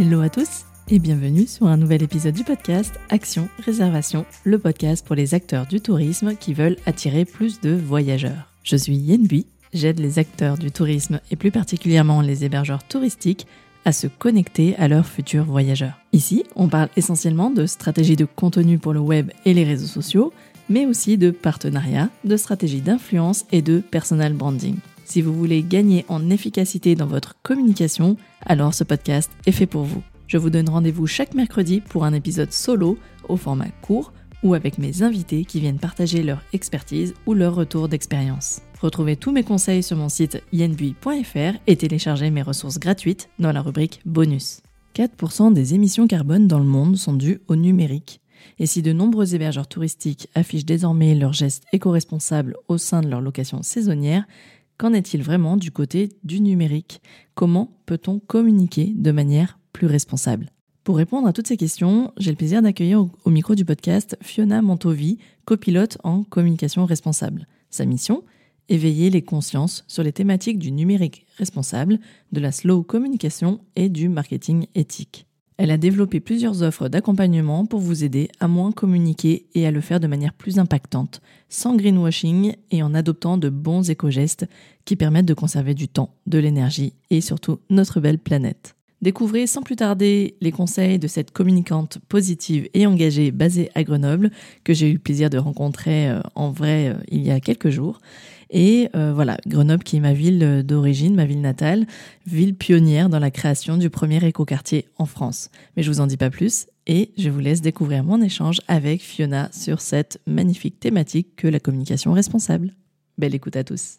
Hello à tous et bienvenue sur un nouvel épisode du podcast Action Réservation, le podcast pour les acteurs du tourisme qui veulent attirer plus de voyageurs. Je suis Yen Bui, j'aide les acteurs du tourisme et plus particulièrement les hébergeurs touristiques à se connecter à leurs futurs voyageurs. Ici, on parle essentiellement de stratégie de contenu pour le web et les réseaux sociaux, mais aussi de partenariat, de stratégie d'influence et de personal branding. Si vous voulez gagner en efficacité dans votre communication, alors ce podcast est fait pour vous. Je vous donne rendez-vous chaque mercredi pour un épisode solo au format court ou avec mes invités qui viennent partager leur expertise ou leur retour d'expérience. Retrouvez tous mes conseils sur mon site yenbui.fr et téléchargez mes ressources gratuites dans la rubrique bonus. 4% des émissions carbone dans le monde sont dues au numérique. Et si de nombreux hébergeurs touristiques affichent désormais leurs gestes éco-responsables au sein de leurs locations saisonnières, qu'en est-il vraiment du côté du numérique ? Comment peut-on communiquer de manière plus responsable ? Pour répondre à toutes ces questions, j'ai le plaisir d'accueillir au micro du podcast Fiona Mantovi, copilote en communication responsable. Sa mission ? Éveiller les consciences sur les thématiques du numérique responsable, de la slow communication et du marketing éthique. Elle a développé plusieurs offres d'accompagnement pour vous aider à moins communiquer et à le faire de manière plus impactante, sans greenwashing et en adoptant de bons éco-gestes qui permettent de conserver du temps, de l'énergie et surtout notre belle planète. Découvrez sans plus tarder les conseils de cette communicante positive et engagée basée à Grenoble que j'ai eu le plaisir de rencontrer en vrai il y a quelques jours. Et voilà, Grenoble qui est ma ville d'origine, ma ville natale, ville pionnière dans la création du premier écoquartier en France. Mais je vous en dis pas plus et je vous laisse découvrir mon échange avec Fiona sur cette magnifique thématique que la communication responsable. Belle écoute à tous.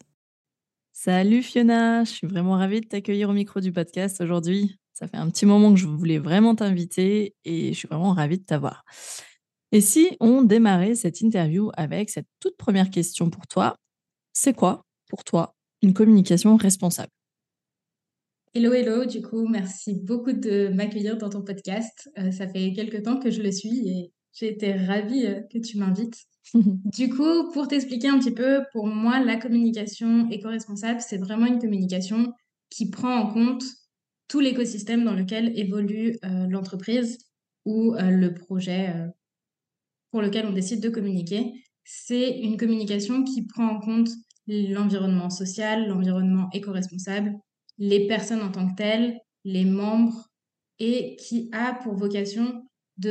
Salut Fiona, je suis vraiment ravie de t'accueillir au micro du podcast aujourd'hui. Ça fait un petit moment que je voulais vraiment t'inviter et je suis vraiment ravie de t'avoir. Et si on démarrait cette interview avec cette toute première question pour toi, c'est quoi, pour toi, une communication responsable ? Hello, du coup, merci beaucoup de m'accueillir dans ton podcast. Ça fait quelques temps que je le suis et j'ai été ravie que tu m'invites. Du coup, pour t'expliquer un petit peu, pour moi, la communication éco-responsable, c'est vraiment une communication qui prend en compte tout l'écosystème dans lequel évolue l'entreprise ou le projet pour lequel on décide de communiquer. C'est une communication qui prend en compte l'environnement social, l'environnement éco-responsable, les personnes en tant que telles, les membres, et qui a pour vocation de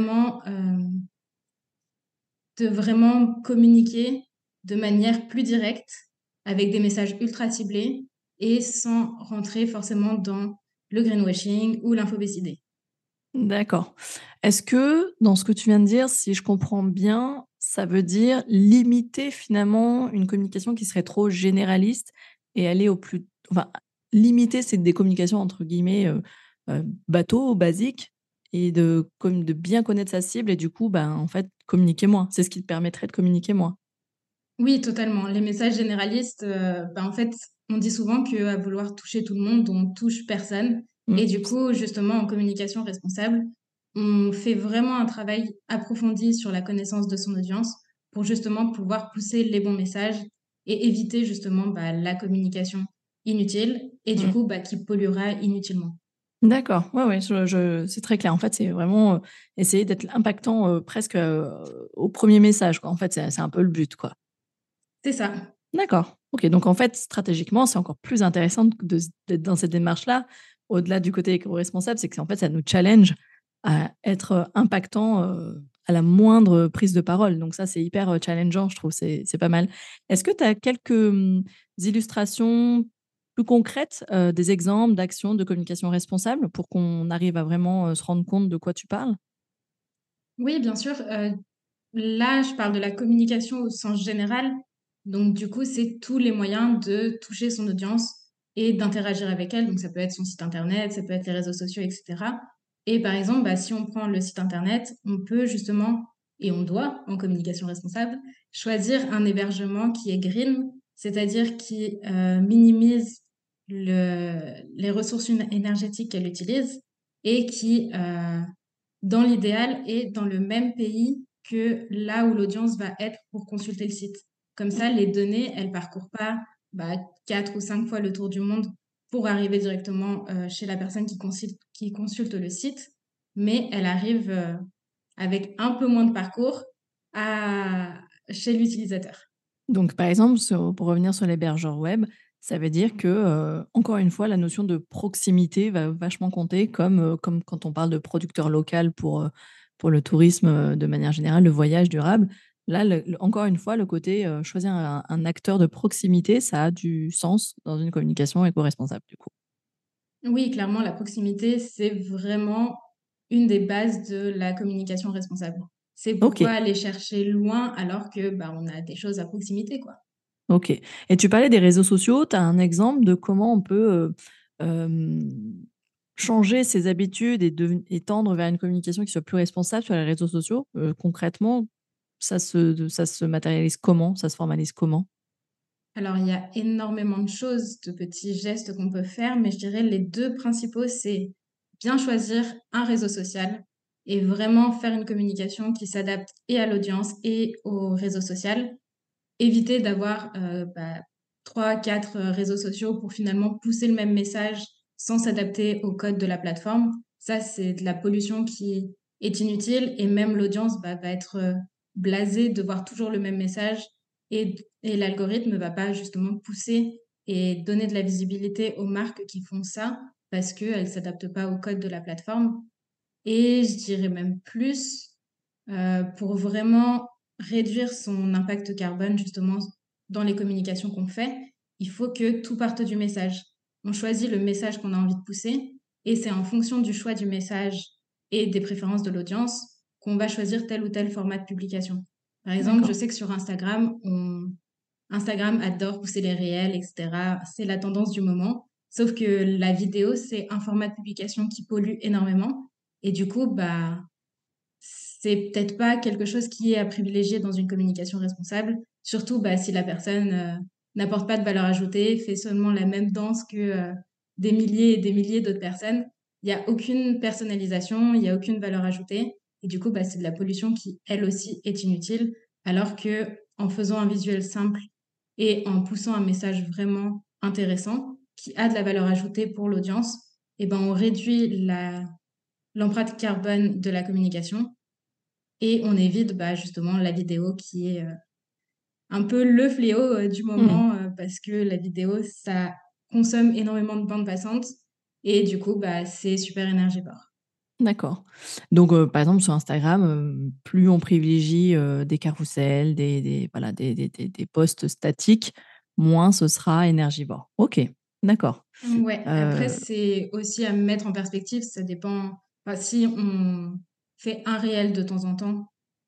vraiment communiquer de manière plus directe, avec des messages ultra ciblés et sans rentrer forcément dans le greenwashing ou l'infobécidé. D'accord. Est-ce que, dans ce que tu viens de dire, si je comprends bien, ça veut dire limiter finalement une communication qui serait trop généraliste et aller au plus... Enfin, limiter, c'est des communications entre guillemets bateau, basiques, et de bien connaître sa cible et du coup, ben, en fait, communiquer moins. C'est ce qui te permettrait de communiquer moins. Oui, totalement. Les messages généralistes, en fait, on dit souvent qu'à vouloir toucher tout le monde, on touche personne. Et du coup, justement, en communication responsable, on fait vraiment un travail approfondi sur la connaissance de son audience pour justement pouvoir pousser les bons messages et éviter justement la communication inutile et du Mm. coup qui polluera inutilement. D'accord, ouais, c'est très clair. En fait, c'est vraiment essayer d'être impactant presque au premier message, quoi. En fait, c'est un peu le but, quoi. C'est ça. D'accord. OK, donc en fait, stratégiquement, c'est encore plus intéressant d'être dans cette démarche-là, au-delà du côté éco-responsable, c'est qu'en fait, ça nous challenge à être impactant, à la moindre prise de parole. Donc ça, c'est hyper, challengeant, je trouve, c'est pas mal. Est-ce que tu as quelques, illustrations plus concrètes, des exemples d'actions de communication responsable pour qu'on arrive à vraiment, se rendre compte de quoi tu parles? Oui, bien sûr. Là, je parle de la communication au sens général. Donc, du coup, c'est tous les moyens de toucher son audience et d'interagir avec elle. Donc, ça peut être son site internet, ça peut être les réseaux sociaux, etc. Et par exemple, si on prend le site internet, on peut justement, et on doit, en communication responsable, choisir un hébergement qui est green, c'est-à-dire qui minimise les ressources énergétiques qu'elle utilise et qui, dans l'idéal, est dans le même pays que là où l'audience va être pour consulter le site. Comme ça, les données, elles parcourent pas 4 ou 5 fois le tour du monde pour arriver directement chez la personne qui consulte le site, mais elle arrive avec un peu moins de parcours chez l'utilisateur. Donc, par exemple, pour revenir sur l'hébergeur web, ça veut dire que, encore une fois, la notion de proximité va vachement compter comme quand on parle de producteur local pour le tourisme, de manière générale, le voyage durable. Là, encore une fois, le côté, choisir un acteur de proximité, ça a du sens dans une communication éco-responsable, du coup. Oui, clairement, la proximité, c'est vraiment une des bases de la communication responsable. C'est pourquoi OK. aller chercher loin alors que, bah, on a des choses à proximité, quoi. OK, et tu parlais des réseaux sociaux. Tu as un exemple de comment on peut, hem, changer ses habitudes et tendre vers une communication qui soit plus responsable sur les réseaux sociaux? Concrètement, ça se matérialise comment? Ça se formalise comment? Alors, il y a énormément de choses, de petits gestes qu'on peut faire, mais je dirais les 2 principaux, c'est bien choisir un réseau social et vraiment faire une communication qui s'adapte et à l'audience et au réseau social. Éviter d'avoir, 3-4 réseaux sociaux pour finalement pousser le même message sans s'adapter au code de la plateforme. Ça, c'est de la pollution qui est inutile et même l'audience, bah, va être, blasée de voir toujours le même message et l'algorithme ne va pas justement pousser et donner de la visibilité aux marques qui font ça parce qu'elles ne s'adaptent pas au code de la plateforme. Et je dirais même plus, pour vraiment réduire son impact carbone justement dans les communications qu'on fait, il faut que tout parte du message. On choisit le message qu'on a envie de pousser et c'est en fonction du choix du message et des préférences de l'audience qu'on va choisir tel ou tel format de publication. Par exemple, je D'accord. sais que sur Instagram adore pousser les réels et cetera. C'est la tendance du moment. Sauf que la vidéo, c'est un format de publication qui pollue énormément et du coup, bah, c'est peut-être pas quelque chose qui est à privilégier dans une communication responsable, surtout, bah, si la personne, n'apporte pas de valeur ajoutée, fait seulement la même danse que, des milliers et des milliers d'autres personnes. Il y a aucune personnalisation, il y a aucune valeur ajoutée et du coup, bah, c'est de la pollution qui, elle aussi, est inutile. Alors que en faisant un visuel simple et en poussant un message vraiment intéressant, qui a de la valeur ajoutée pour l'audience, et ben, on réduit l'empreinte carbone de la communication et on évite, bah, justement la vidéo qui est, un peu le fléau, du Mmh. moment, parce que la vidéo, ça consomme énormément de bande passante et du coup, bah, c'est super énergivore. D'accord. Donc, par exemple, sur Instagram, plus on privilégie, des carousels, voilà, des posts statiques, moins ce sera énergivore. OK, d'accord. Ouais, après Heu, c'est aussi à mettre en perspective, ça dépend si on fait un réel de temps en temps,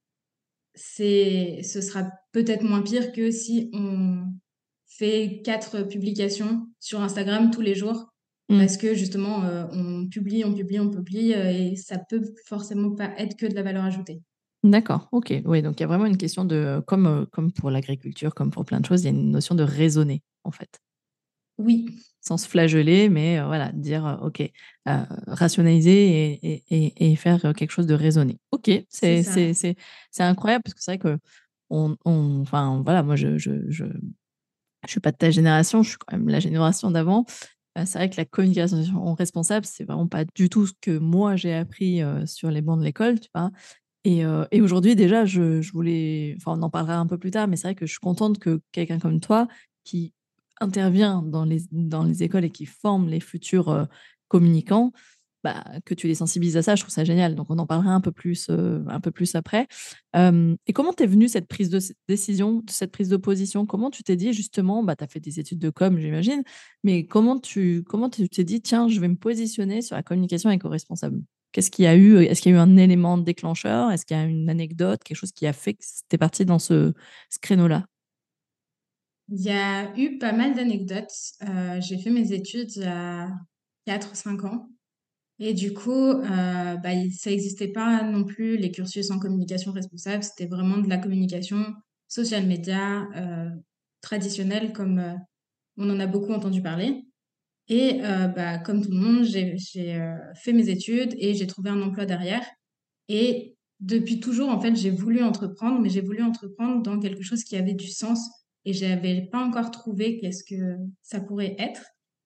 ce sera peut-être moins pire que si on fait 4 publications sur Instagram tous les jours mmh, parce que justement, on publie, on publie, on publie, et ça peut forcément pas être que de la valeur ajoutée. d'accord, OK. Oui, donc il y a vraiment une question de comme pour l'agriculture, comme pour plein de choses, il y a une notion de raisonner, en fait. Oui, Sans se flageller, mais voilà, dire, OK, rationaliser et faire, quelque chose de raisonné. OK, c'est c'est ça. c'est c'est c'est incroyable parce que c'est vrai qu'on enfin, voilà, moi, je suis pas de ta génération, je suis quand même la génération d'avant. C'est vrai que la communication responsable, c'est vraiment pas du tout ce que moi j'ai appris, sur les bancs de l'école, tu vois? Et aujourd'hui déjà je voulais enfin on en parlera un peu plus tard, mais c'est vrai que je suis contente que quelqu'un comme toi qui intervient dans les écoles et qui forme les futurs, communicants, bah, que tu les sensibilises à ça, je trouve ça génial. Donc on en parlera un peu plus après. Et comment t'es venue cette prise de décision, cette prise de position? Comment tu t'es dit justement, bah, tu as fait des études de com, j'imagine, mais comment tu t'es dit: «Tiens, je vais me positionner sur la communication éco-responsable»? Qu'est-ce qu'il y a eu? Est-ce qu'il y a eu un élément déclencheur? Est-ce qu'il y a une anecdote, quelque chose qui a fait que tu parti dans ce créneau-là? Il y a eu pas mal d'anecdotes. J'ai fait mes études il y a 4-5 ans et du coup, bah, ça existait pas non plus les cursus en communication responsable. C'était vraiment de la communication social média, traditionnelle comme, on en a beaucoup entendu parler et bah, comme tout le monde, j'ai fait mes études et j'ai trouvé un emploi derrière et depuis toujours, en fait, j'ai voulu entreprendre, mais j'ai voulu entreprendre dans quelque chose qui avait du sens et j'avais pas encore trouvé qu'est-ce que ça pourrait être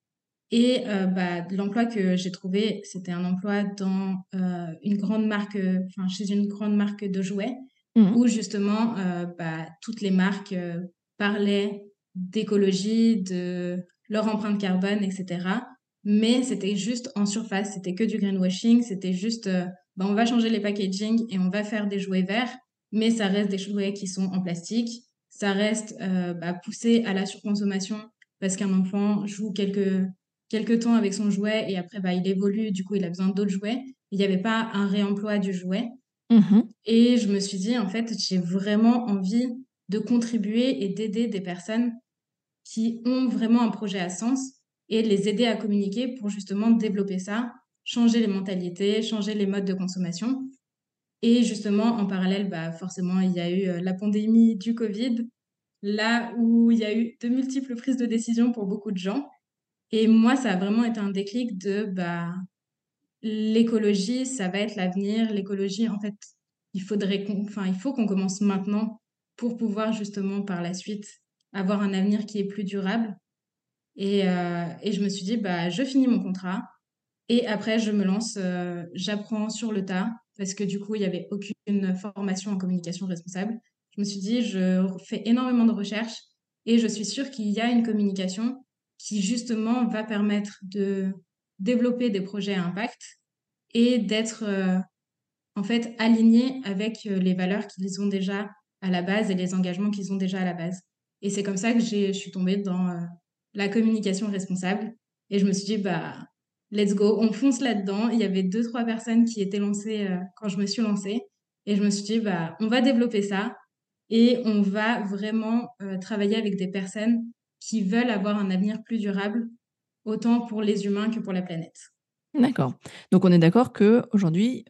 Et l'emploi que j'ai trouvé, c'était un emploi dans une grande marque, enfin chez une grande marque de jouets, Mmh. où justement, toutes les marques parlaient d'écologie, de leur empreinte carbone, etc. Mais c'était juste en surface, c'était que du greenwashing, c'était juste, on va changer les packaging et on va faire des jouets verts, mais ça reste des jouets qui sont en plastique, ça reste poussé à la surconsommation parce qu'un enfant joue quelques temps avec son jouet et après, il évolue, du coup, il a besoin d'autres jouets. Il n'y avait pas un réemploi du jouet. Mmh. Et je me suis dit, en fait, j'ai vraiment envie de contribuer et d'aider des personnes qui ont vraiment un projet à sens et de les aider à communiquer pour justement développer ça, changer les mentalités, changer les modes de consommation. Et justement, en parallèle, forcément, il y a eu la pandémie du Covid, là où il y a eu de multiples prises de décision pour beaucoup de gens. Et moi, ça a vraiment été un déclic de l'écologie, ça va être l'avenir. L'écologie, en fait, il faut qu'on commence maintenant pour pouvoir justement par la suite avoir un avenir qui est plus durable. Et je me suis dit, je finis mon contrat et après je me lance, j'apprends sur le tas parce que du coup, il n'y avait aucune formation en communication responsable. Je me suis dit, je fais énormément de recherches et je suis sûre qu'il y a une communication qui justement va permettre de développer des projets à impact et d'être en fait alignés avec les valeurs qu'ils ont déjà à la base et les engagements qu'ils ont déjà à la base. Et c'est comme ça que je suis tombée dans la communication responsable et je me suis dit, let's go, on fonce là-dedans. Il y avait deux, trois personnes qui étaient lancées quand je me suis lancée et je me suis dit, on va développer ça et on va vraiment travailler avec des personnes qui veulent avoir un avenir plus durable, autant pour les humains que pour la planète. D'accord. Donc on est d'accord qu'aujourd'hui,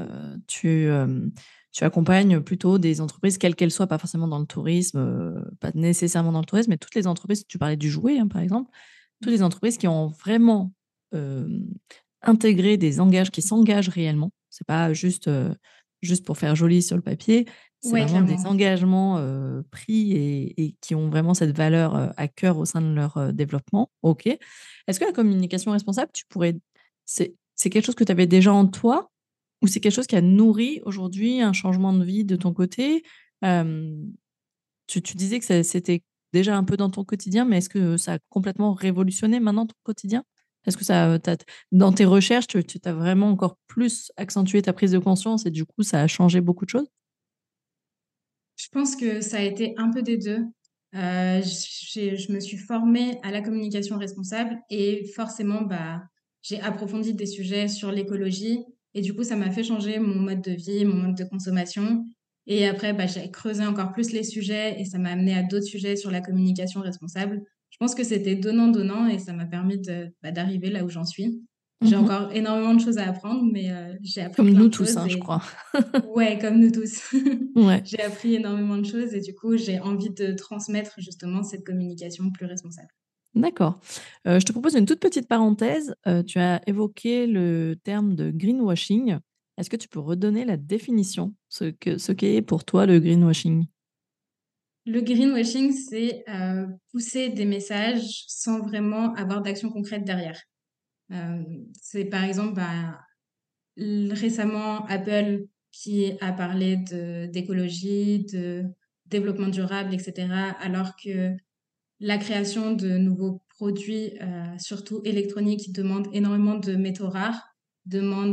tu accompagnes plutôt des entreprises, quelles qu'elles soient, pas forcément dans le tourisme, pas nécessairement dans le tourisme, mais toutes les entreprises, tu parlais du jouet, hein, par exemple, toutes les entreprises qui ont vraiment, hem, intégré qui s'engagent réellement. C'est pas juste, juste pour faire joli sur le papier, c'est Ouais, vraiment des clairement. engagements, pris et qui ont vraiment cette valeur, à cœur au sein de leur, développement. OK. Est-ce que la communication responsable, tu pourrais c'est quelque chose que tu avais déjà en toi ou c'est quelque chose qui a nourri aujourd'hui un changement de vie de ton côté? Hem, tu disais que c'était déjà un peu dans ton quotidien, mais est-ce que ça a complètement révolutionné maintenant ton quotidien? Est-ce que ça, dans tes recherches, tu as vraiment encore plus accentué ta prise de conscience et du coup, ça a changé beaucoup de choses? Je pense que ça a été un peu des 2. Je me suis formée à la communication responsable et forcément, j'ai approfondi des sujets sur l'écologie et du coup, ça m'a fait changer mon mode de vie, mon mode de consommation et après, j'ai creusé encore plus les sujets et ça m'a amené à d'autres sujets sur la communication responsable. Je pense que c'était donnant-donnant et ça m'a permis d'arriver là où j'en suis. J'ai Mmh. encore énormément de choses à apprendre, mais j'ai appris Comme plein nous de tous, choses hein, je et crois. ouais, comme nous tous. Ouais. J'ai appris énormément de choses et du coup, j'ai envie de transmettre justement cette communication plus responsable. D'accord. Je te propose une toute petite parenthèse. Tu as évoqué le terme de greenwashing. Est-ce que tu peux redonner la définition? Ce qu'est pour toi le greenwashing? Le greenwashing, c'est pousser des messages sans vraiment avoir d'action concrète derrière. C'est par exemple, récemment Apple qui a parlé d'écologie, de développement durable, etc. Alors que la création de nouveaux produits, surtout électroniques, demande énormément de métaux rares, demande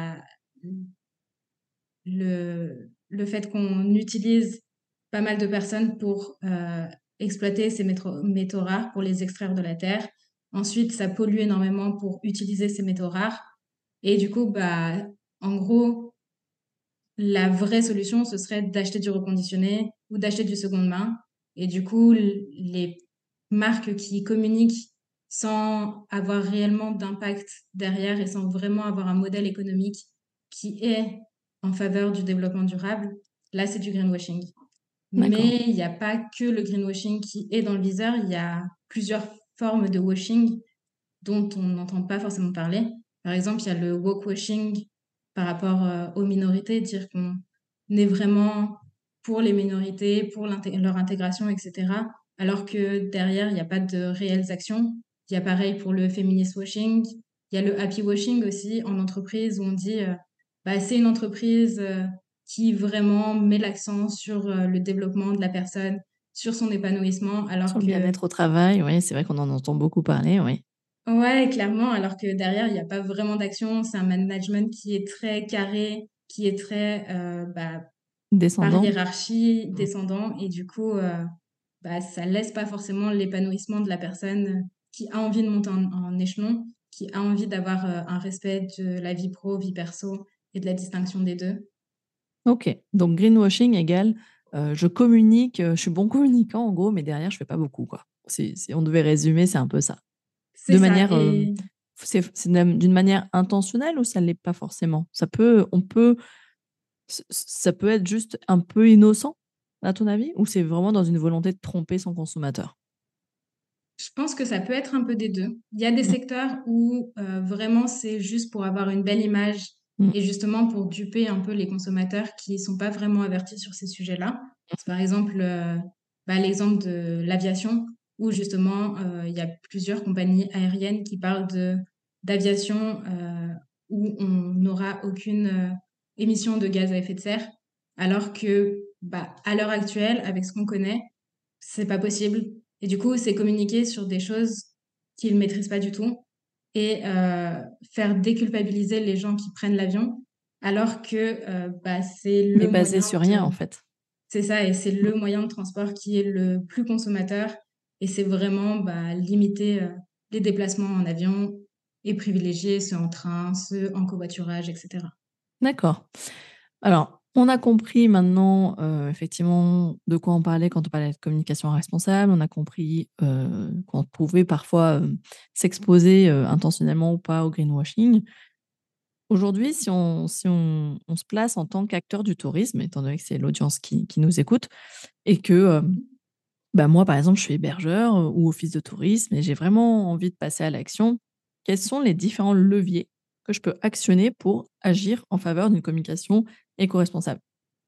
le fait qu'on utilise pas mal de personnes pour exploiter ces métaux rares, pour les extraire de la terre. Ensuite, ça pollue énormément pour utiliser ces métaux rares. Et du coup, en gros, la vraie solution, ce serait d'acheter du reconditionné ou d'acheter du seconde main. Et du coup, les marques qui communiquent sans avoir réellement d'impact derrière et sans vraiment avoir un modèle économique qui est en faveur du développement durable, là, c'est du greenwashing. D'accord. Mais il n'y a pas que le greenwashing qui est dans le viseur, il y a plusieurs formes de washing dont on n'entend pas forcément parler. Par exemple, il y a le woke-washing par rapport aux minorités, dire qu'on est vraiment pour les minorités, pour leur intégration, etc. Alors que derrière, il n'y a pas de réelles actions. Il y a pareil pour le feminist washing. Il y a le happy washing aussi en entreprise où on dit bah, c'est une entreprise qui vraiment met l'accent sur le développement de la personne, sur son épanouissement, alors Sur le que bien-être au travail, oui, c'est vrai qu'on en entend beaucoup parler, oui. ouais, clairement, alors que derrière, il n'y a pas vraiment d'action. C'est un management qui est très carré, qui est très bah, par Descendant? hiérarchie, Mmh. descendant, et du coup, bah, ça laisse pas forcément l'épanouissement de la personne qui a envie de monter en échelon, qui a envie d'avoir un respect de la vie pro, vie perso et de la distinction des deux. OK, donc greenwashing égale, je communique, je suis bon communicant en gros, mais derrière je fais pas beaucoup, quoi. Si on devait résumer, c'est un peu ça. C'est De ça. manière, c'est d'une manière intentionnelle ou ça l'est pas forcément? Ça peut être juste un peu innocent, à ton avis? Ou c'est vraiment dans une volonté de tromper son consommateur? Je pense que ça peut être un peu des 2. Il y a des Mmh, secteurs où, vraiment c'est juste pour avoir une belle image mmh, et justement pour duper un peu les consommateurs qui sont pas vraiment avertis sur ces sujets-là. C'est par exemple, bah, l'exemple de l'aviation où justement, il y a plusieurs compagnies aériennes qui parlent de d'aviation, où on n'aura aucune, émission de gaz à effet de serre. Alors que, bah, à l'heure actuelle, avec ce qu'on connaît, c'est pas possible et du coup, c'est communiquer sur des choses qu'ils maîtrisent pas du tout et faire déculpabiliser les gens qui prennent l'avion alors que, bah, c'est mais le basé moyen sur rien, de en fait. c'est ça et c'est Mmh, le moyen de transport qui est le plus consommateur et c'est vraiment, bah, limiter, les déplacements en avion et privilégier ceux en train, ceux en covoiturage et cetera. d'accord. Alors, on a compris maintenant, effectivement, de quoi on parlait quand on parlait de communication responsable. On a compris, qu'on pouvait parfois, s'exposer, intentionnellement ou pas au greenwashing. Aujourd'hui, si on se place en tant qu'acteur du tourisme, étant donné que c'est l'audience qui nous écoute et que, bah, moi, par exemple, je suis hébergeur, ou office de tourisme et j'ai vraiment envie de passer à l'action. Quels sont les différents leviers que je peux actionner pour agir en faveur d'une communication éco-responsable?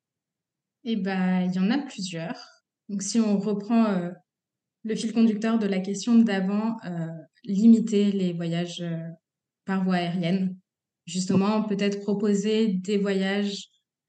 Et bah, il y en a plusieurs. Donc si on reprend, le fil conducteur de la question d'avant, limiter les voyages, par voie aérienne. Donc Justement, peut-être proposer des voyages,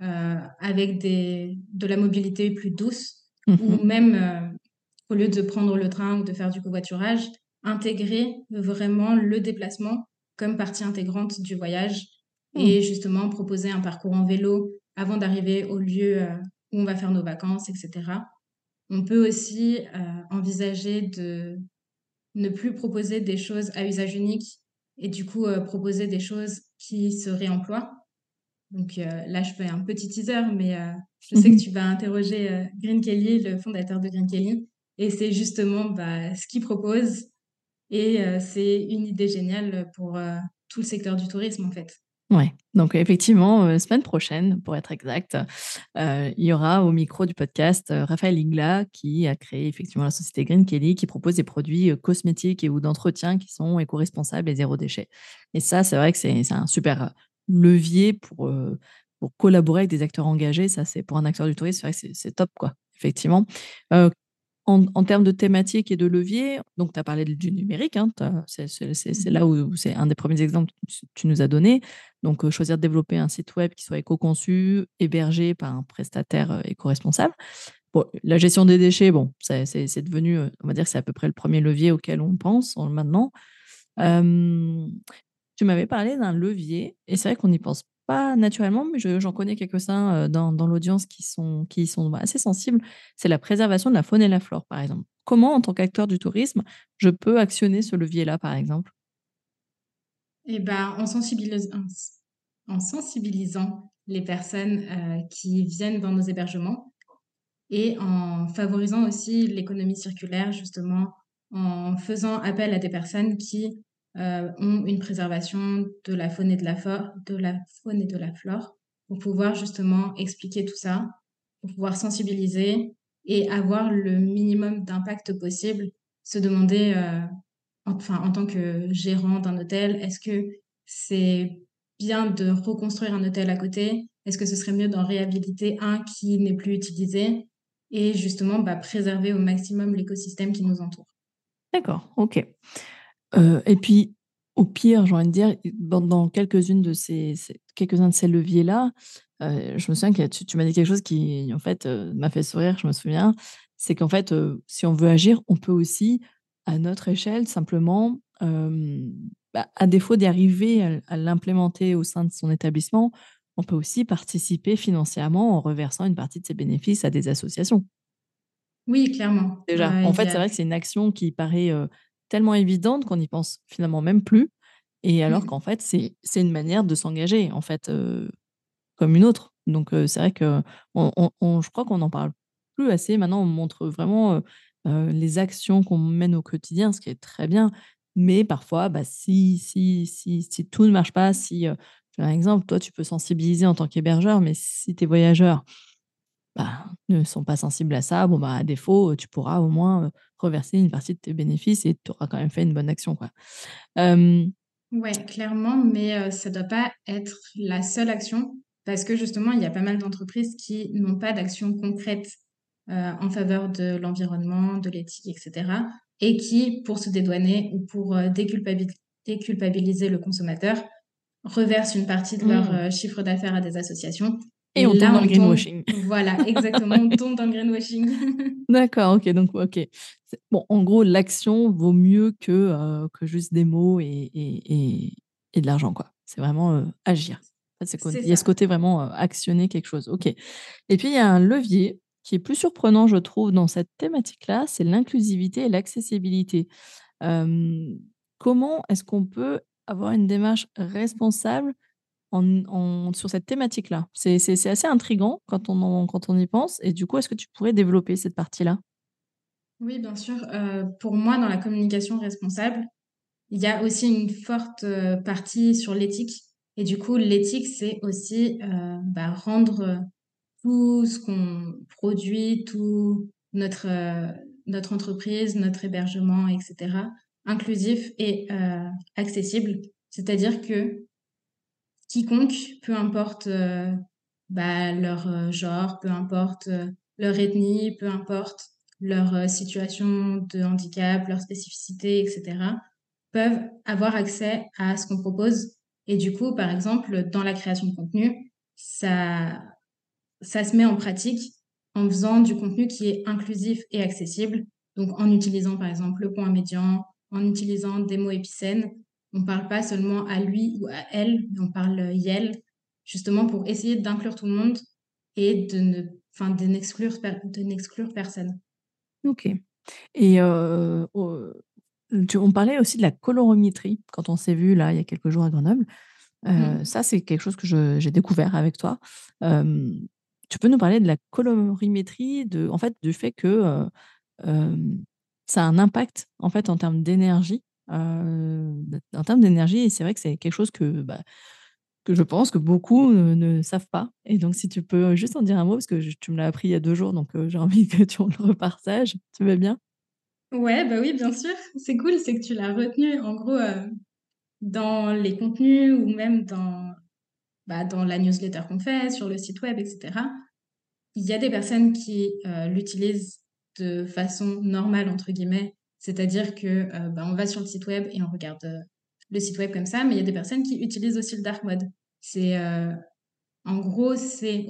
avec de la mobilité plus douce ou mmh. même, au lieu de prendre le train ou de faire du covoiturage, intégrer vraiment le déplacement comme partie intégrante du voyage Mmh. et justement proposer un parcours en vélo avant d'arriver au lieu, où on va faire nos vacances et cetera. On peut aussi, envisager de ne plus proposer des choses à usage unique et du coup, proposer des choses qui se réemploient. Donc, là, je fais un petit teaser, mais, je sais que tu vas interroger, Green Kelly, le fondateur de Green Kelly et c'est justement, bah, ce qu'il propose et c'est une idée géniale pour, tout le secteur du tourisme, en fait. Ouais, donc effectivement, semaine prochaine, pour être exact, il y aura au micro du podcast, Raphaël Ingla qui a créé effectivement la société Green Kelly qui propose des produits, cosmétiques et ou d'entretien qui sont éco-responsables et zéro déchet et ça, c'est vrai que c'est un super, levier pour collaborer avec des acteurs engagés. Ça, c'est pour un acteur du tourisme, c'est vrai que c'est top, quoi, effectivement. Heu, en termes de thématiques et de leviers, donc tu as parlé du numérique, hein, c'est là Mmh. où c'est un des premiers exemples que tu nous as donné. Donc, choisir de développer un site web qui soit éco-conçu, hébergé par un prestataire, éco-responsable. Bon, la gestion des déchets, bon, c'est devenu, on va dire que c'est à peu près le premier levier auquel on pense maintenant. Ouais. Hem, Tu m'avais parlé d'un levier et c'est vrai qu'on n'y pense pas naturellement, mais j'en connais quelques-uns, dans l'audience qui y sont assez sensibles. C'est la préservation de la faune et la flore, par exemple. Comment, en tant qu'acteur du tourisme, je peux actionner ce levier-là, par exemple? Et ben, en sensibilisant les personnes, qui viennent dans nos hébergements et en favorisant aussi l'économie circulaire, justement, en faisant appel à des personnes qui, ont une préservation de la faune et de la flore, pour pouvoir justement expliquer tout ça, pour pouvoir sensibiliser et avoir le minimum d'impact possible. Se demander, enfin, en tant que gérant d'un hôtel, est-ce que c'est bien de reconstruire un hôtel à côté? Est-ce que ce serait mieux d'en réhabiliter un qui n'est plus utilisé? Et justement, bah, préserver au maximum l'écosystème qui nous entoure. D'accord, OK. Et puis, au pire, j'ai envie de dire, dans quelques-unes de quelques-uns de ces leviers-là, je me souviens que tu m'as dit quelque chose qui, en fait, m'a fait sourire, je me souviens. C'est qu'en fait, si on veut agir, on peut aussi, à notre échelle, simplement, à défaut d'arriver à l'implémenter au sein de son établissement, on peut aussi participer financièrement en reversant une partie de ses bénéfices à des associations. Oui, clairement. Déjà, en Il y fait, a c'est vrai que c'est une action qui paraît, tellement évidente qu'on n'y pense finalement même plus et alors mmh. qu'en fait, c'est une manière de s'engager, en fait, comme une autre. Donc c'est vrai qu'on je crois qu'on n'en parle plus assez. Maintenant, on montre vraiment, les actions qu'on mène au quotidien, ce qui est très bien. Mais parfois, si tout ne marche pas, si, je un exemple, toi, tu peux sensibiliser en tant qu'hébergeur, mais si tes voyageurs ne sont pas sensibles à ça, bon, à défaut, tu pourras au moins, reverser une partie de tes bénéfices et tu auras quand même fait une bonne action, quoi. Hem, Ouais, clairement, mais ça doit pas être la seule action parce que justement, il y a pas mal d'entreprises qui n'ont pas d'action concrète, en faveur de l'environnement, de l'éthique et cetera et qui, pour se dédouaner ou pour, déculpabiliser le consommateur, reversent une partie de leur, mmh chiffre d'affaires à des associations et et on tombe là, dans le on tombe greenwashing. voilà, exactement, on tombe dans le greenwashing. D'accord, OK, donc OK. C'est bon, en gros, l'action vaut mieux que juste des mots et de l'argent, quoi. C'est vraiment, agir. En fait, C'est il y a ce ça. côté vraiment, actionner quelque chose. OK et puis il y a un levier qui est plus surprenant, je trouve, dans cette thématique-là, c'est l'inclusivité et l'accessibilité. Hem, Comment est-ce qu'on peut avoir une démarche responsable sur cette thématique-là? C'est assez intriguant quand on y pense et du coup, est-ce que tu pourrais développer cette partie-là? Oui, bien sûr, pour moi, dans la communication responsable, il y a aussi une forte, partie sur l'éthique et du coup, l'éthique, c'est aussi, rendre, tout ce qu'on produit, tout notre entreprise, notre hébergement et cetera, inclusif et accessible. C'est-à-dire que quiconque, peu importe, leur, genre, peu importe, leur ethnie, peu importe leur, situation de handicap, leur spécificité et cetera, peuvent avoir accès à ce qu'on propose et du coup, par exemple, dans la création de contenu, ça ça se met en pratique en faisant du contenu qui est inclusif et accessible, donc en utilisant, par exemple, le point médian, en utilisant des mots épicènes. On ne parle pas seulement à lui ou à elle, mais on parle, yelle, justement pour essayer d'inclure tout le monde et de n'exclure personne. OK et on parlait aussi de la colorimétrie quand on s'est vu là, il y a quelques jours à Grenoble. Mmh. Ça, c'est quelque chose que j'ai découvert avec toi. Hem, Tu peux nous parler de la colorimétrie, en fait, du fait que, hem, ça a un impact, en fait, en termes d'énergie, en termes d'énergie et c'est vrai que c'est quelque chose que je pense que beaucoup, ne savent pas et donc si tu peux juste en dire un mot parce que tu me l'as appris il y a 2 jours donc j'ai envie que tu me le repartages. Tu veux bien? Ouais, bah, oui, bien sûr. C'est cool, c'est que tu l'as retenu. En gros, dans les contenus ou même dans la newsletter qu'on fait, sur le site web et cetera, il y a des personnes qui, l'utilisent de façon «normale» entre guillemets, c'est-à-dire que, on va sur le site web et on regarde, le site web comme ça, mais il y a des personnes qui utilisent aussi le dark mode. C'est, en gros, c'est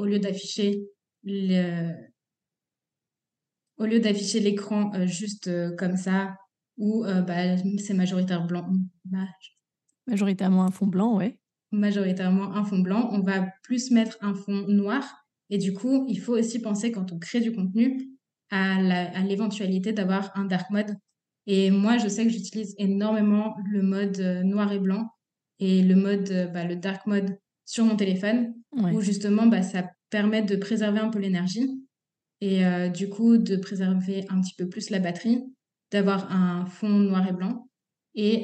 le au lieu d'afficher l'écran, juste, comme ça ou, c'est Majoritairement un fond blanc, ouais. majoritairement un fond blanc, on va plus mettre un fond noir et du coup, il faut aussi penser quand on crée du contenu à l'éventualité d'avoir un dark mode et moi, je sais que j'utilise énormément le mode, noir et blanc et le dark mode sur mon téléphone où Ouais. justement, ça permet de préserver un peu l'énergie et du coup, de préserver un petit peu plus la batterie, d'avoir un fond noir et blanc et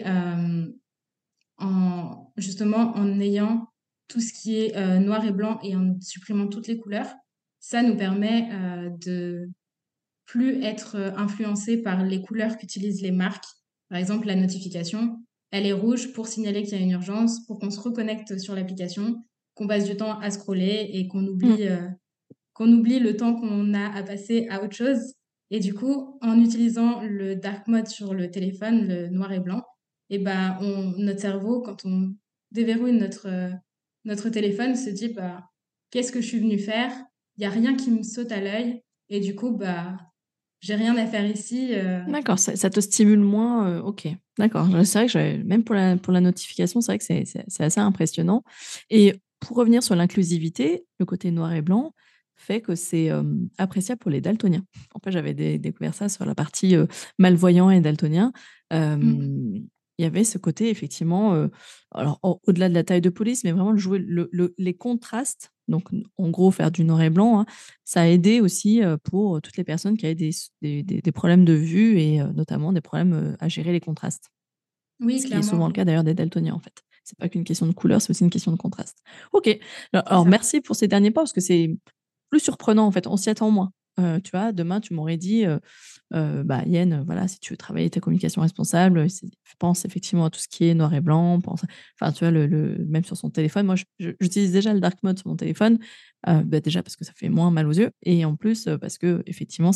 en ayant tout ce qui est, noir et blanc et en supprimant toutes les couleurs, ça nous permet, de plus être, influencés par les couleurs qu'utilisent les marques. Par exemple, la notification, elle est rouge pour signaler qu'il y a une urgence, pour qu'on se reconnecte sur l'application, qu'on passe du temps à scroller et Mmh. qu'on oublie le temps qu'on a à passer à autre chose et du coup, en utilisant le dark mode sur le téléphone, le noir et blanc, et ben, notre cerveau, quand on déverrouille notre téléphone, se dit, bah, qu'est-ce que je suis venu faire? Il n'y a rien qui me saute à l'œil. Et du coup, bah, j'ai rien à faire ici. D'accord, ça te stimule moins, OK, d'accord. C'est vrai que j'avais même pour la notification, c'est vrai que c'est assez impressionnant et pour revenir sur l'inclusivité, le côté noir et blanc fait que c'est, appréciable pour les daltoniens. En fait, j'avais découvert ça sur la partie, malvoyants et daltoniens. Mm. Il y avait ce côté effectivement, alors au-delà de la taille de police, mais vraiment de jouer les contrastes, donc en gros faire du noir et blanc, hein, ça a aidé aussi, pour toutes les personnes qui avaient des problèmes de vue et notamment des problèmes, à gérer les contrastes. Oui, Ce qui est souvent le clairement, cas d'ailleurs des daltoniens, en fait. C'est pas qu'une question de couleur, c'est aussi une question de contraste. OK. c'est Alors ça. merci pour ces derniers pas parce que c'est plus surprenant, en fait, on s'y attend moins. Tu vois, demain tu m'aurais dit, bah, Yen, voilà, si tu veux travailler ta communication responsable, pense effectivement à tout ce qui est noir et blanc, pense enfin, tu vois, même sur son téléphone. Moi, j'utilise déjà le dark mode sur mon téléphone, bah, déjà parce que ça fait moins mal aux yeux et en plus, parce qu'effectivement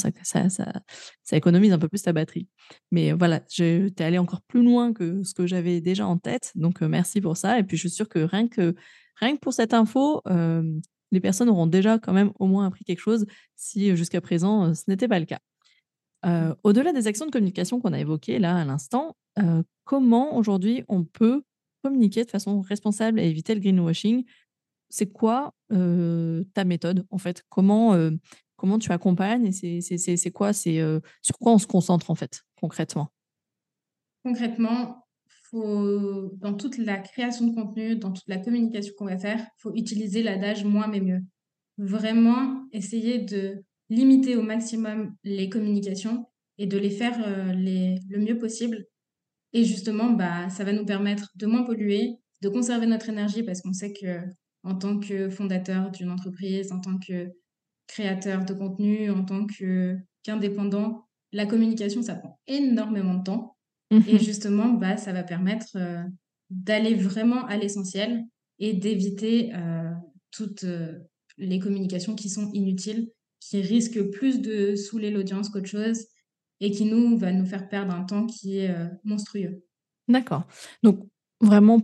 ça économise un peu plus ta batterie. Mais voilà, tu es allé encore plus loin que ce que j'avais déjà en tête, donc merci pour ça et puis je suis sûre que rien que pour cette info, les personnes auront déjà quand même au moins appris quelque chose si, jusqu'à présent, ce n'était pas le cas. Au-delà des actions de communication qu'on a évoquées là à l'instant, comment aujourd'hui on peut communiquer de façon responsable et éviter le greenwashing? C'est quoi, ta méthode en fait? Comment tu accompagnes et c'est quoi? Sur quoi on se concentre en fait, concrètement? Concrètement, faut dans toute la création de contenu, dans toute la communication qu'on va faire, faut utiliser l'adage moins mais mieux. Vraiment essayer de limiter au maximum les communications et de les faire le mieux possible. Et justement, bah, ça va nous permettre de moins polluer, de conserver notre énergie parce qu'on sait que en tant que fondateur d'une entreprise, en tant que créateur de contenu, en tant qu'indépendant, la communication, ça prend énormément de temps. Et Mmh. justement, bah, ça va permettre d'aller vraiment à l'essentiel et d'éviter toutes les communications qui sont inutiles, qui risquent plus de saouler l'audience qu'autre chose et qui va nous faire perdre un temps qui est monstrueux. D'accord. Donc vraiment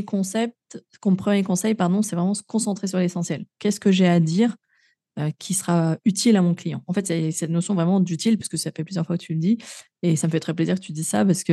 premier conseil pardon, c'est vraiment se concentrer sur l'essentiel. Qu'est-ce que j'ai à dire, qui sera utile à mon client? En fait, c'est cette notion vraiment d'utile puisque ça fait plusieurs fois que tu le dis et ça me fait très plaisir que tu dis ça parce que,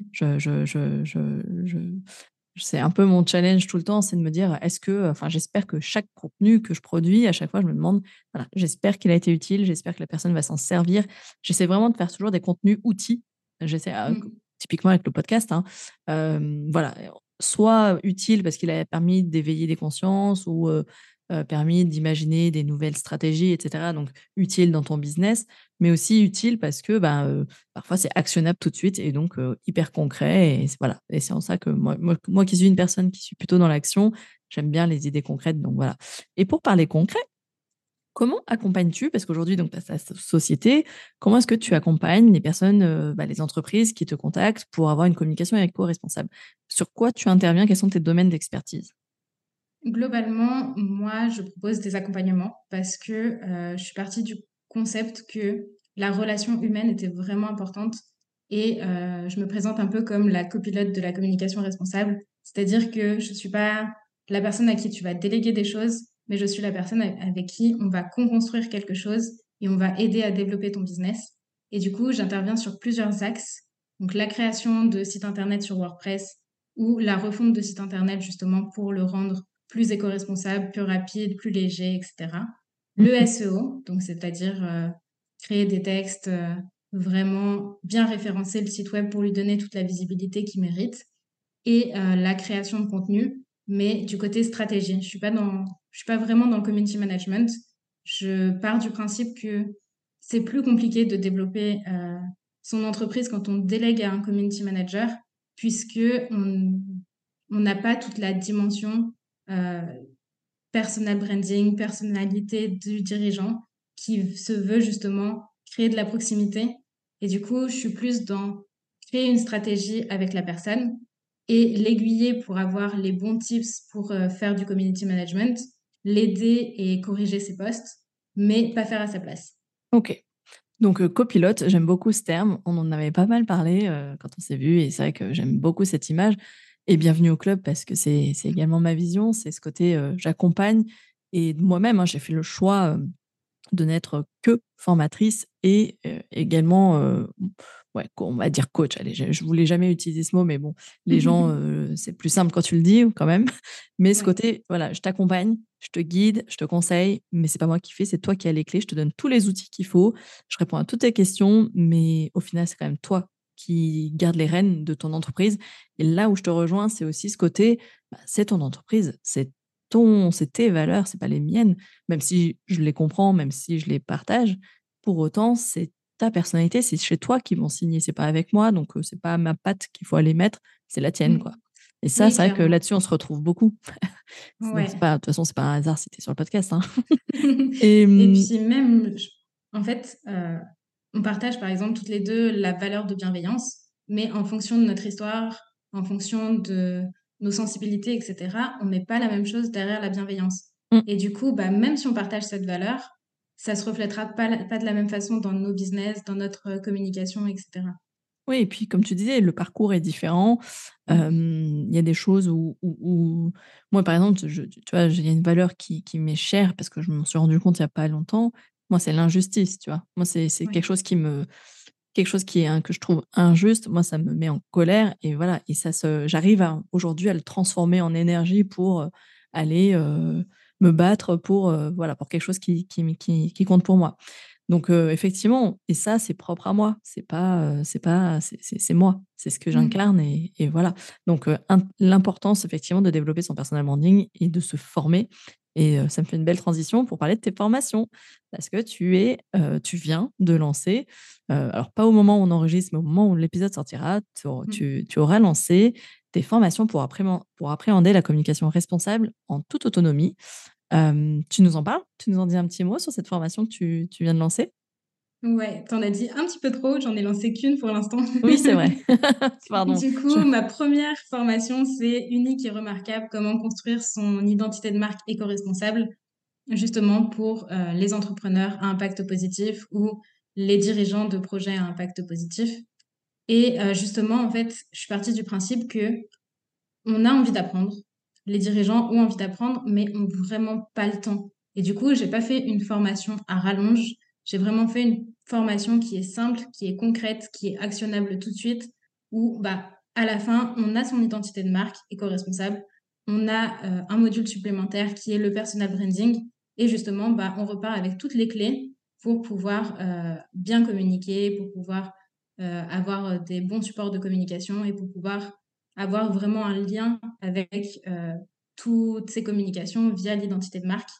je c'est un peu mon challenge tout le temps, c'est de me dire: «Est-ce que» enfin, j'espère que chaque contenu que je produis, à chaque fois, je me demande, voilà, j'espère qu'il a été utile, j'espère que la personne va s'en servir. J'essaie vraiment de faire toujours des contenus outils. J'essaie, Mm. typiquement avec le podcast, hein, voilà, soit utile parce qu'il a permis d'éveiller des consciences ou, permis d'imaginer des nouvelles stratégies et cetera, donc utile dans ton business, mais aussi utile parce que, ben, parfois, c'est actionnable tout de suite et donc hyper concret et voilà et c'est en ça que moi qui suis une personne qui suis plutôt dans l'action, j'aime bien les idées concrètes donc voilà et pour parler concret, comment accompagnes-tu parce qu'aujourd'hui donc tu as ta société, comment est-ce que tu accompagnes les personnes, bah, les entreprises qui te contactent pour avoir une communication éco-responsable? Sur quoi tu interviens? Quels sont tes domaines d'expertise? Globalement, moi, je propose des accompagnements parce que je suis partie du concept que la relation humaine était vraiment importante et je me présente un peu comme la copilote de la communication responsable. C'est-à-dire que je ne suis pas la personne à qui tu vas déléguer des choses, mais je suis la personne avec qui on va co-construire quelque chose et on va aider à développer ton business. Et du coup, j'interviens sur plusieurs axes. Donc la création de sites internet sur WordPress ou la refonte de sites internet justement pour le rendre plus éco-responsable, plus rapide, plus léger, etc. Le Mmh. SEO, donc c'est-à-dire créer des textes vraiment bien référencer le site web pour lui donner toute la visibilité qu'il mérite, et la création de contenu, mais du côté stratégie. Je suis pas vraiment dans le community management. Je pars du principe que c'est plus compliqué de développer son entreprise quand on délègue à un community manager, puisque on n'a pas toute la dimension euh, personal branding, personnalité du dirigeant qui se veut justement créer de la proximité. Et du coup, je suis plus dans créer une stratégie avec la personne et l'aiguiller pour avoir les bons tips pour faire du community management, l'aider et corriger ses posts, mais pas faire à sa place. OK. Donc, copilote, j'aime beaucoup ce terme. On en avait pas mal parlé quand on s'est vu et c'est vrai que j'aime beaucoup cette image. Et bienvenue au club parce que c'est également ma vision. C'est ce côté j'accompagne et moi-même, hein, j'ai fait le choix de n'être que formatrice et également, ouais, on va dire coach. Allez, je voulais jamais utiliser ce mot, mais bon, les gens, c'est plus simple quand tu le dis quand même. Mais ce Ouais. côté, voilà, je t'accompagne, je te guide, je te conseille, mais c'est pas moi qui fais, c'est toi qui as les clés. Je te donne tous les outils qu'il faut. Je réponds à toutes tes questions, mais au final, c'est quand même toi qui garde les rênes de ton entreprise. Et là où je te rejoins, c'est aussi ce côté, bah, c'est ton entreprise, c'est tes valeurs, c'est pas les miennes. Même si je les comprends, même si je les partage, pour autant, c'est ta personnalité, c'est chez toi qu'ils vont signer, c'est pas avec moi, donc c'est pas ma patte qu'il faut aller mettre, c'est la tienne, Mmh. quoi. Et ça, Oui, c'est vrai que clairement. là-dessus, on se retrouve beaucoup. Donc c'est Ouais. pas de toute façon, c'est pas un hasard si tu es sur le podcast, hein. Et Et puis même, en fait, on partage par exemple toutes les deux la valeur de bienveillance, mais en fonction de notre histoire, en fonction de nos sensibilités, etc., on met pas la même chose derrière la bienveillance. mmh, Et du coup, bah, même si on partage cette valeur, ça se reflètera pas de la même façon dans nos business, dans notre communication, etc. oui et puis comme tu disais, le parcours est différent. Mm. Il y a des choses où moi, par exemple, tu vois, il y a une valeur qui m'est chère parce que je m'en suis rendu compte il y a pas longtemps. Moi, c'est l'injustice, tu vois? Moi, c'est Ouais. quelque chose qui est que je trouve injuste, moi, ça me met en colère et voilà et ça se j'arrive à aujourd'hui à le transformer en énergie pour, aller, me battre pour, voilà, pour quelque chose qui compte pour moi. Donc, effectivement et ça, c'est propre à moi. C'est moi. C'est ce que Mm. j'incarne et voilà. Donc, l'importance effectivement de développer son personal branding et de se former et ça me fait une belle transition pour parler de tes formations. Parce que tu viens de lancer, alors pas au moment où on enregistre, mais au moment où l'épisode sortira, Mm. tu auras lancé des formations pour appréhender la communication responsable en toute autonomie. Tu nous en parles? Tu nous en dis un petit mot sur cette formation que tu viens de lancer? Ouais, t'en as dit un petit peu trop, j'en ai lancé qu'une pour l'instant. Oui, c'est vrai. Pardon, Du je coup, ma première formation, c'est Unique et remarquable, comment construire son identité de marque éco-responsable, justement pour les entrepreneurs à impact positif ou les dirigeants de projets à impact positif. Et justement, en fait, je suis partie du principe que on a envie d'apprendre, les dirigeants ont envie d'apprendre, mais ont vraiment pas le temps. Et du coup, j'ai pas fait une formation à rallonge, j'ai vraiment fait une formation qui est simple, qui est concrète, qui est actionnable tout de suite, où bah, à la fin, on a son identité de marque éco-responsable, on a un module supplémentaire qui est le personal branding, et justement, bah, on repart avec toutes les clés pour pouvoir bien communiquer, pour pouvoir avoir des bons supports de communication et pour pouvoir avoir vraiment un lien avec toutes ces communications via l'identité de marque.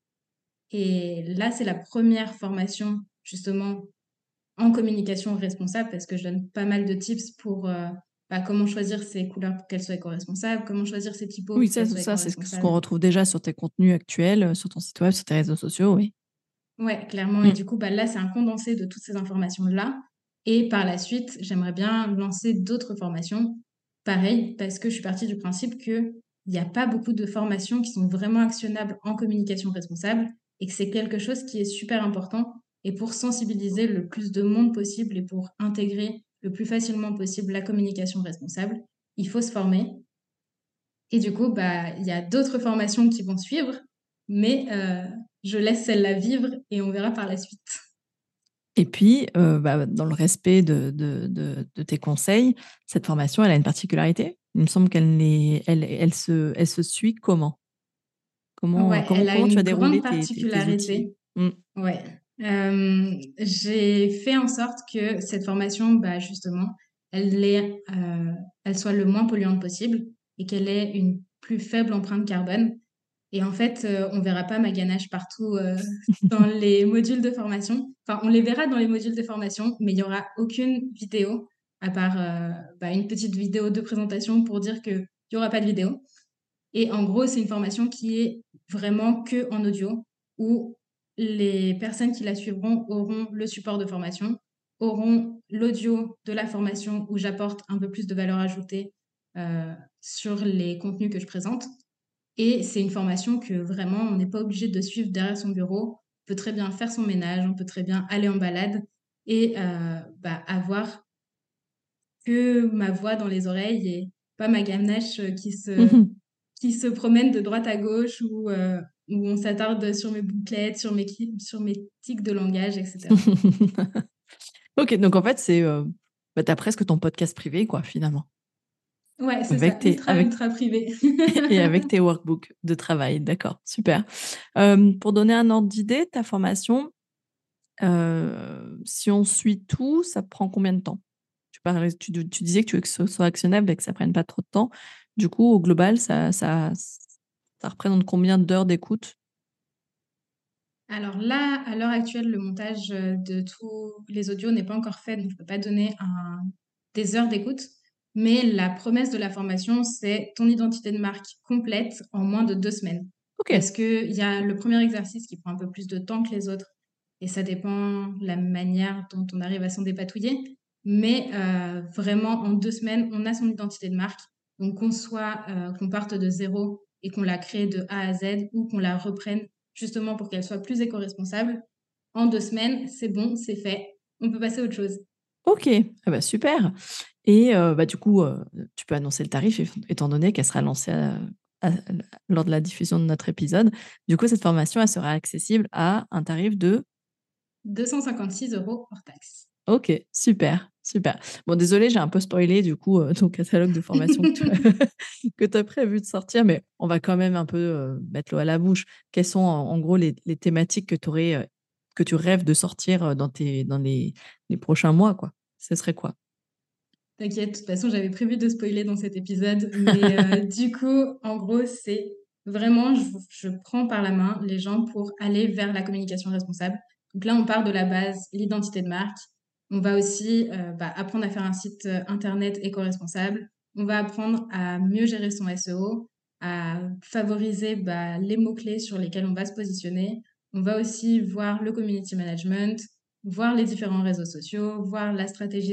Et là, c'est la première formation justement en communication responsable parce que je donne pas mal de tips pour bah, comment choisir ses couleurs pour qu'elles soient éco-responsables, comment choisir ses typos oui, pour ça qu'elles soient ça, c'est ce qu'on éco-responsables. retrouve déjà sur tes contenus actuels, sur ton site web, sur tes réseaux sociaux, oui. Ouais, clairement. Et Mmh. du coup, bah, là, c'est un condensé de toutes ces informations-là. Et par la suite, j'aimerais bien lancer d'autres formations. Pareil, parce que je suis partie du principe qu'il n'y a pas beaucoup de formations qui sont vraiment actionnables en communication responsable et que c'est quelque chose qui est super important. Et pour sensibiliser le plus de monde possible et pour intégrer le plus facilement possible la communication responsable, il faut se former. Et du coup, bah, il y a d'autres formations qui vont suivre, mais je laisse celle-là vivre et on verra par la suite. Et puis, bah, dans le respect de tes conseils, cette formation, elle a une particularité? Il me semble qu'elle n'est elle se suit comment? Ouais, elle a Comment tu as une déroulé grande tes outils? particularité. Mmh. Ouais. J'ai fait en sorte que cette formation, bah, justement, elle soit le moins polluante possible et qu'elle ait une plus faible empreinte carbone. Et en fait, on verra pas ma ganache partout, dans les modules de formation. Enfin, on les verra dans les modules de formation, mais il y aura aucune vidéo à part, bah, une petite vidéo de présentation pour dire qu'il y aura pas de vidéo. Et en gros, c'est une formation qui est vraiment que en audio, où les personnes qui la suivront auront le support de formation, auront l'audio de la formation où j'apporte un peu plus de valeur ajoutée, sur les contenus que je présente. Et c'est une formation que vraiment, on n'est pas obligé de suivre derrière son bureau. On peut très bien faire son ménage, on peut très bien aller en balade et avoir que ma voix dans les oreilles et pas ma ganache qui se promène de droite à gauche où on s'attarde sur mes bouclettes, sur mes tics de langage, etc. Ok, donc en fait, t'as presque ton podcast privé, quoi, finalement. Ouais, c'est ça, Avec tes, ultra, avec, ultra privé. et avec tes workbooks de travail. D'accord, super. Pour donner un ordre d'idée, ta formation, si on suit tout, ça prend combien de temps? Tu disais que tu veux que ce soit actionnable et que ça prenne pas trop de temps. Du coup, au global, ça représente combien d'heures d'écoute? Alors là, à l'heure actuelle, le montage de tous les audios n'est pas encore fait, donc je ne peux pas donner des heures d'écoute. Mais la promesse de la formation, c'est ton identité de marque complète en moins de 2 semaines. Ok, Parce qu'il y a le premier exercice qui prend un peu plus de temps que les autres, et ça dépend de la manière dont on arrive à s'en dépatouiller. Mais vraiment, en 2 semaines, on a son identité de marque. Donc qu'on parte de zéro et qu'on la crée de A à Z ou qu'on la reprenne justement pour qu'elle soit plus éco-responsable. En 2 semaines, c'est bon, c'est fait. On peut passer à autre chose. ok, ah bah super. Et du coup, tu peux annoncer le tarif étant donné qu'elle sera lancée à- lors de la diffusion de notre épisode. Du coup, cette formation, elle sera accessible à un tarif de... 256 € hors taxe. Ok, super, super. Bon, désolé, j'ai un peu spoilé du coup ton catalogue de formation que tu as prévu de sortir, mais on va quand même un peu mettre l'eau à la bouche. Quelles sont en gros les thématiques que tu rêves de sortir dans les prochains mois, quoi? Ce serait quoi? T'inquiète, de toute façon, j'avais prévu de spoiler dans cet épisode, mais du coup, en gros, c'est vraiment, je prends par la main les gens pour aller vers la communication responsable. Donc là, on part de la base, l'identité de marque. On va aussi apprendre à faire un site internet éco-responsable. On va apprendre à mieux gérer son SEO, à favoriser les mots-clés sur lesquels on va se positionner. On va aussi voir le community management, voir les différents réseaux sociaux, voir la stratégie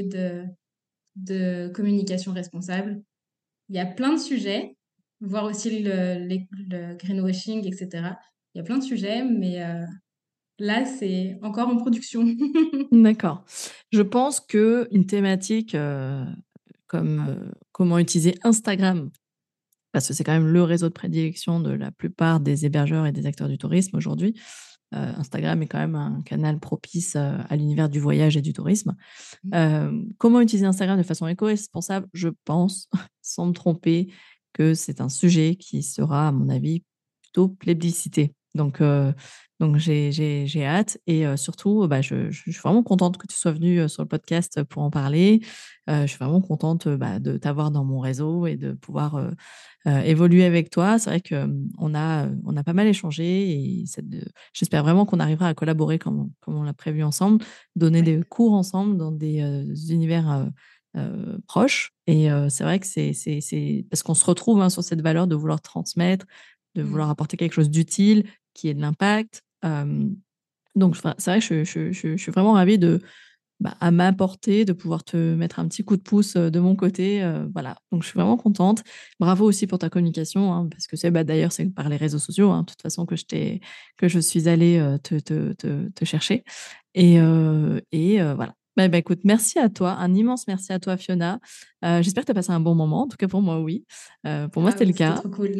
de communication responsable. Il y a plein de sujets, voir aussi le greenwashing, etc. Il y a plein de sujets, mais là, c'est encore en production. D'accord. Je pense que une thématique comme comment utiliser Instagram, parce que c'est quand même le réseau de prédilection de la plupart des hébergeurs et des acteurs du tourisme aujourd'hui. Instagram est quand même un canal propice à l'univers du voyage et du tourisme. Comment utiliser Instagram de façon éco-responsable? Je pense, sans me tromper, que c'est un sujet qui sera, à mon avis, plutôt plébiscité. Donc j'ai hâte et surtout, je suis vraiment contente que tu sois venue sur le podcast pour en parler. Je suis vraiment contente de t'avoir dans mon réseau et de pouvoir évoluer avec toi. C'est vrai qu'on a pas mal échangé et j'espère vraiment qu'on arrivera à collaborer comme on l'a prévu ensemble, donner Ouais. des cours ensemble dans des univers proches. Et c'est vrai que c'est parce qu'on se retrouve sur cette valeur de vouloir transmettre, de vouloir Mm. apporter quelque chose d'utile, qui ait de l'impact. Donc, enfin, c'est vrai que je suis vraiment ravie à m'apporter, de pouvoir te mettre un petit coup de pouce de mon côté. Voilà, donc je suis vraiment contente. Bravo aussi pour ta communication, hein, parce que d'ailleurs, c'est par les réseaux sociaux, hein, de toute façon, que je suis allée te chercher. Ouais. Voilà. Écoute, merci à toi, un immense merci à toi, Fiona. J'espère que tu as passé un bon moment. En tout cas, pour moi, oui. Pour moi, Ah c'était le oui, c'était cas. trop cool.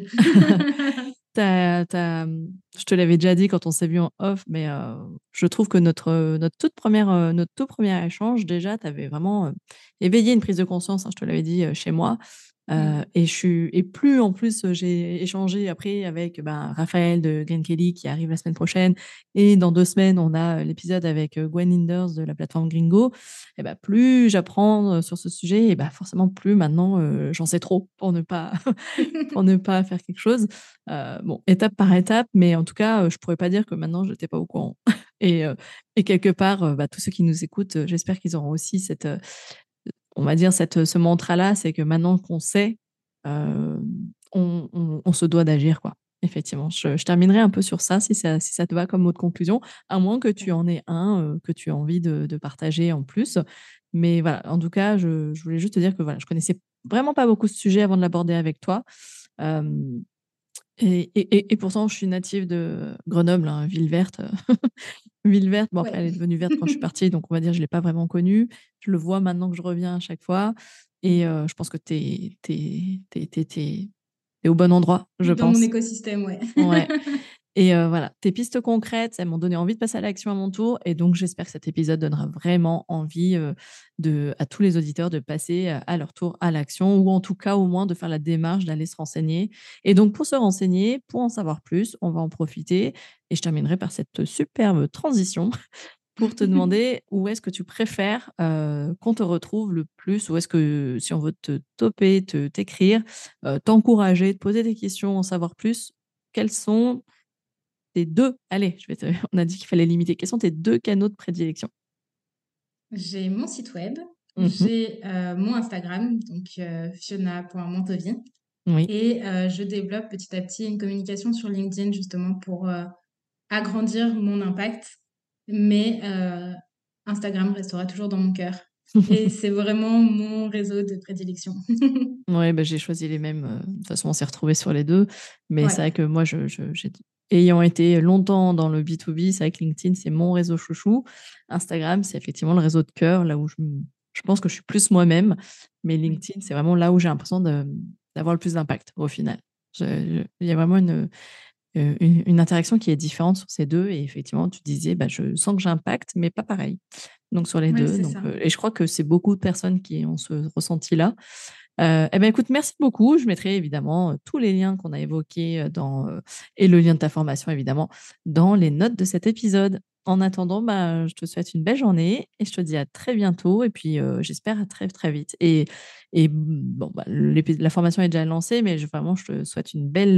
Je te l'avais déjà dit quand on s'est vu en off, mais je trouve que notre tout premier échange, déjà, tu avais vraiment éveillé une prise de conscience, hein, je te l'avais dit chez moi. Mm. Et plus en plus j'ai échangé après avec Raphaël de Green Kelly qui arrive la semaine prochaine. Et dans 2 semaines, on a l'épisode avec Gwen Hinders de la plateforme Gringo. Et plus j'apprends sur ce sujet, et forcément, plus maintenant j'en sais trop pour ne pas, pour ne pas faire quelque chose. Bon, étape par étape, mais en tout cas, je pourrais pas dire que maintenant, je n'étais pas au courant. Et, euh, et quelque part, tous ceux qui nous écoutent, j'espère qu'ils auront aussi on va dire, ce mantra-là, c'est que maintenant qu'on sait, euh, on se doit d'agir, quoi. Effectivement, je terminerai un peu sur ça, si ça te va comme mot de conclusion, à moins que tu Ouais. en aies un que tu as envie de partager en plus. Mais voilà, en tout cas, je voulais juste te dire que voilà, je connaissais vraiment pas beaucoup ce sujet avant de l'aborder avec toi. Euh, et pourtant, je suis native de Grenoble, hein, ville verte. Ville Verte, bon après Ouais. elle est devenue verte quand je suis partie, donc on va dire je l'ai pas vraiment connue. Je le vois maintenant que je reviens à chaque fois et je pense que t'es au bon endroit, je Dans mon pense. écosystème, ouais. Ouais. Et voilà, tes pistes concrètes, elles m'ont donné envie de passer à l'action à mon tour et donc j'espère que cet épisode donnera vraiment envie, à tous les auditeurs de passer, à leur tour à l'action ou en tout cas, au moins de faire la démarche d'aller se renseigner et donc pour se renseigner, pour en savoir plus, on va en profiter et je terminerai par cette superbe transition pour te demander où est-ce que tu préfères, qu'on te retrouve le plus? Où est-ce que si on veut te toper, t'écrire, t'encourager, te poser des questions, en savoir plus, quels sont tes 2 allez, je vais te on a dit qu'il fallait limiter. Quels sont tes 2 canaux de prédilection? J'ai mon site web, Mmh mh. j'ai, mon Instagram, donc fiona.mantovie Oui. et je développe petit à petit une communication sur LinkedIn justement pour, agrandir mon impact. Mais Instagram restera toujours dans mon cœur et c'est vraiment mon réseau de prédilection. Ouais, bah, j'ai choisi les mêmes, de toute façon, on s'est retrouvés sur les 2, mais c'est Ouais, vrai que moi, j'ai ayant été longtemps dans le B2B, c'est vrai que LinkedIn, c'est mon réseau chouchou. Instagram, c'est effectivement le réseau de cœur, là où je pense que je suis plus moi-même, mais oui, LinkedIn, c'est vraiment là où j'ai l'impression d'avoir le plus d'impact, au final. Il y a vraiment une interaction qui est différente sur ces 2 et effectivement, tu disais, bah, je sens que j'impacte, mais pas pareil. Donc sur les ouais, 2, c'est donc ça. et je crois que c'est beaucoup de personnes qui ont ce ressenti-là. Et ben, écoute, merci beaucoup. Je mettrai évidemment, tous les liens qu'on a évoqués, et le lien de ta formation évidemment, dans les notes de cet épisode. En attendant, bah, je te souhaite une belle journée et je te dis à très bientôt et puis, j'espère à très, très vite bon, bah, la formation est déjà lancée, mais je te souhaite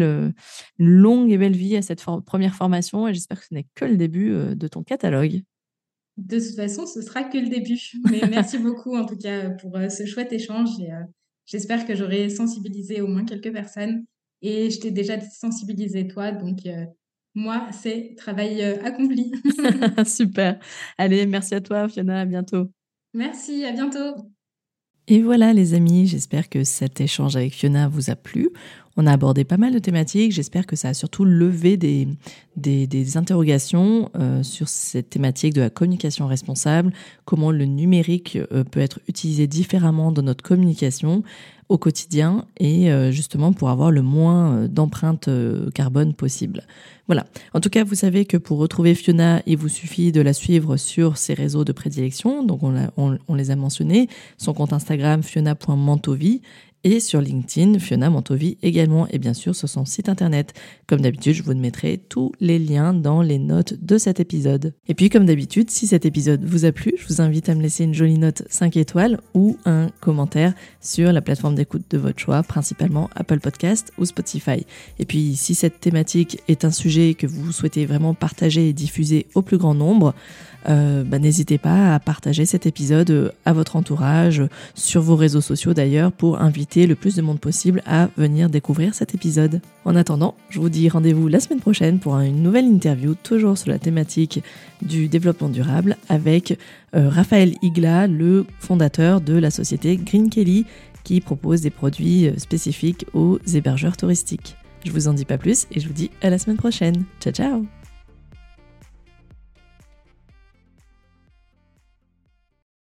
une longue et belle vie à cette 1re formation et j'espère que ce n'est que le début, de ton catalogue. De toute façon, ce sera que le début. Mais merci beaucoup en tout cas, pour, ce chouette échange et j'espère que j'aurai sensibilisé au moins quelques personnes et je t'ai déjà sensibilisé toi donc moi, c'est travail, accompli. Super. Allez, merci à toi Fiona, à bientôt. Merci, à bientôt. Et voilà les amis, j'espère que cet échange avec Fiona vous a plu. On a abordé pas mal de thématiques, j'espère que ça a surtout levé des interrogations sur cette thématique de la communication responsable, comment le numérique peut être utilisé différemment dans notre communication au quotidien et justement pour avoir le moins d'empreinte carbone possible. Voilà. En tout cas, vous savez que pour retrouver Fiona, il vous suffit de la suivre sur ses réseaux de prédilection, donc on les a mentionnés, son compte Instagram fiona.mantovie et sur LinkedIn, Fiona Mantovie également, et bien sûr sur son site internet. Comme d'habitude, je vous mettrai tous les liens dans les notes de cet épisode. Et puis comme d'habitude, si cet épisode vous a plu, je vous invite à me laisser une jolie note 5 étoiles ou un commentaire sur la plateforme d'écoute de votre choix, principalement Apple Podcast ou Spotify. Et puis si cette thématique est un sujet que vous souhaitez vraiment partager et diffuser au plus grand nombre, n'hésitez pas à partager cet épisode à votre entourage, sur vos réseaux sociaux d'ailleurs, pour inviter le plus de monde possible à venir découvrir cet épisode. En attendant, je vous dis rendez-vous la semaine prochaine pour une nouvelle interview, toujours sur la thématique du développement durable, avec Raphaël Igla, le fondateur de la société Green Kelly, qui propose des produits spécifiques aux hébergeurs touristiques. Je vous en dis pas plus et je vous dis à la semaine prochaine. Ciao ciao!